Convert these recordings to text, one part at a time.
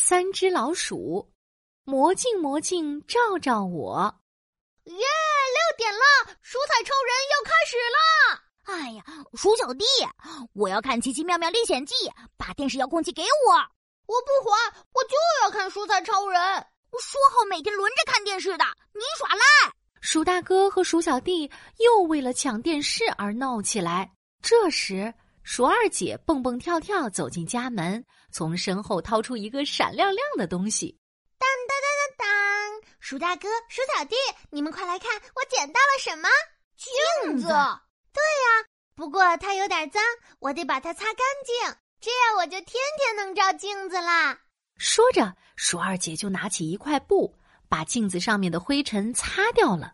3只老鼠，魔镜魔镜照照我。 耶，6点了，蔬菜超人要开始啦！ 哎呀，鼠小弟，我要看《奇奇妙妙历险记》，把电视遥控器给我。 我不还，我就要看蔬菜超人。 说好每天轮着看电视的，你耍赖！ 鼠大哥和鼠小弟又为了抢电视而闹起来。这时，鼠二姐蹦蹦跳跳走进家门，从身后掏出一个闪亮亮的东西。 当当当当当！鼠大哥、鼠小弟，你们快来看，我捡到了什么？ 镜子！ 对呀，不过它有点脏，我得把它擦干净，这样我就天天能照镜子啦。 说着，鼠二姐就拿起一块布，把镜子上面的灰尘擦掉了。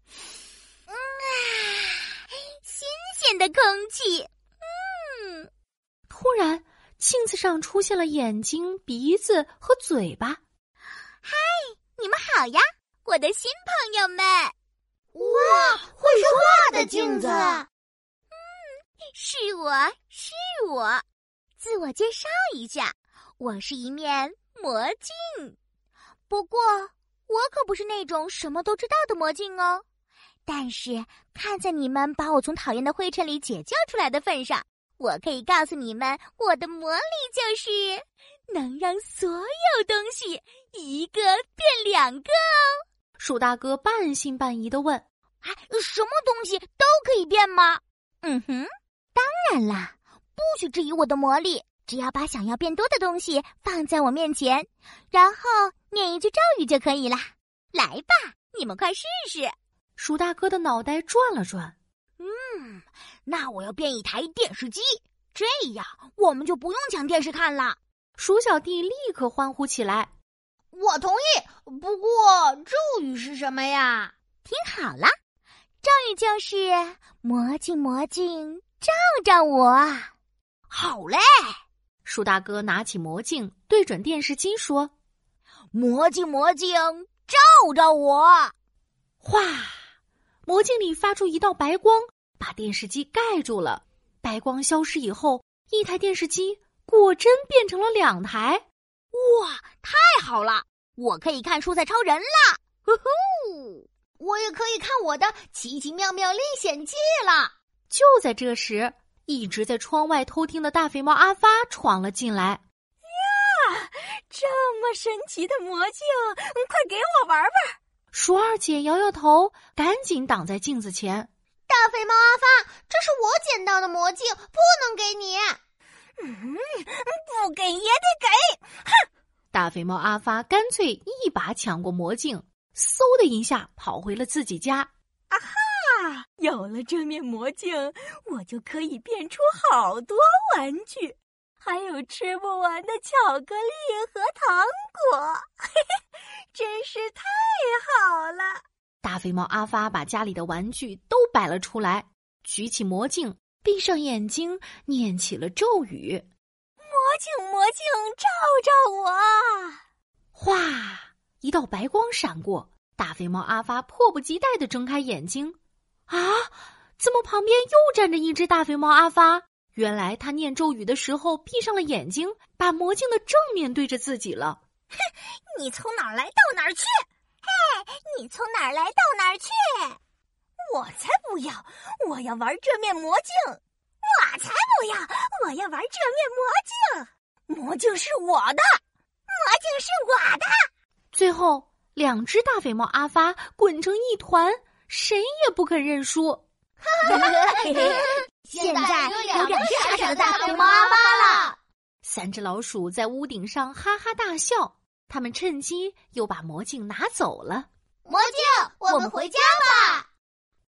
新鲜的空气。 突然，镜子上出现了眼睛、鼻子和嘴巴。 嗨，你们好呀，我的新朋友们！ 哇，会说话的镜子！ 是我。自我介绍一下，我是一面魔镜。不过，我可不是那种什么都知道的魔镜哦。但是，看在你们把我从讨厌的灰尘里解救出来的份上，我可以告诉你们，我的魔力就是能让所有东西一个变2个哦。 鼠大哥半信半疑地问： 什么东西都可以变吗？当然啦，不许质疑我的魔力，只要把想要变多的东西放在我面前，然后念一句咒语就可以啦。来吧，你们快试试。 鼠大哥的脑袋转了转。 那我要变一台电视机，这样我们就不用抢电视看了。 鼠小弟立刻欢呼起来。 我同意，不过咒语是什么呀？ 听好了，咒语就是魔镜魔镜照照我。好嘞！ 鼠大哥拿起魔镜对准电视机说： 魔镜魔镜照照我。 哗，魔镜里发出一道白光，把电视机盖住了。白光消失以后，一台电视机果真变成了2台。 哇，太好了，我可以看蔬菜超人啦！呼呼， 我也可以看我的奇奇妙妙历险记了。 就在这时，一直在窗外偷听的大肥猫阿发闯了进来。 呀，这么神奇的魔镜，快给我玩玩！ 鼠二姐摇摇头，赶紧挡在镜子前。 大肥猫阿发，这是我捡到的魔镜，不能给你。 不给也得给！哼！ 大肥猫阿发干脆一把抢过魔镜，嗖的一下跑回了自己家。 啊哈！有了这面魔镜，我就可以变出好多玩具，还有吃不完的巧克力和糖果，真是太好了！ 大肥猫阿发把家里的玩具都摆了出来，举起魔镜，闭上眼睛，念起了咒语： 魔镜魔镜照照我。 哗，一道白光闪过，大肥猫阿发迫不及待地睁开眼睛。怎么旁边又站着一只大肥猫阿发？原来他念咒语的时候闭上了眼睛，把魔镜的正面对着自己了。 你从哪儿来到哪儿去？嘿，你从哪儿来到哪儿去？ 我才不要！我要玩这面魔镜！ 我才不要！我要玩这面魔镜！ 魔镜是我的！ 魔镜是我的！ 最后，2只大肥猫阿发滚成一团，谁也不肯认输。 现在有2只傻傻的大肥猫阿发了。 3只老鼠在屋顶上哈哈大笑，他们趁机又把魔镜拿走了。 魔镜，我们回家吧。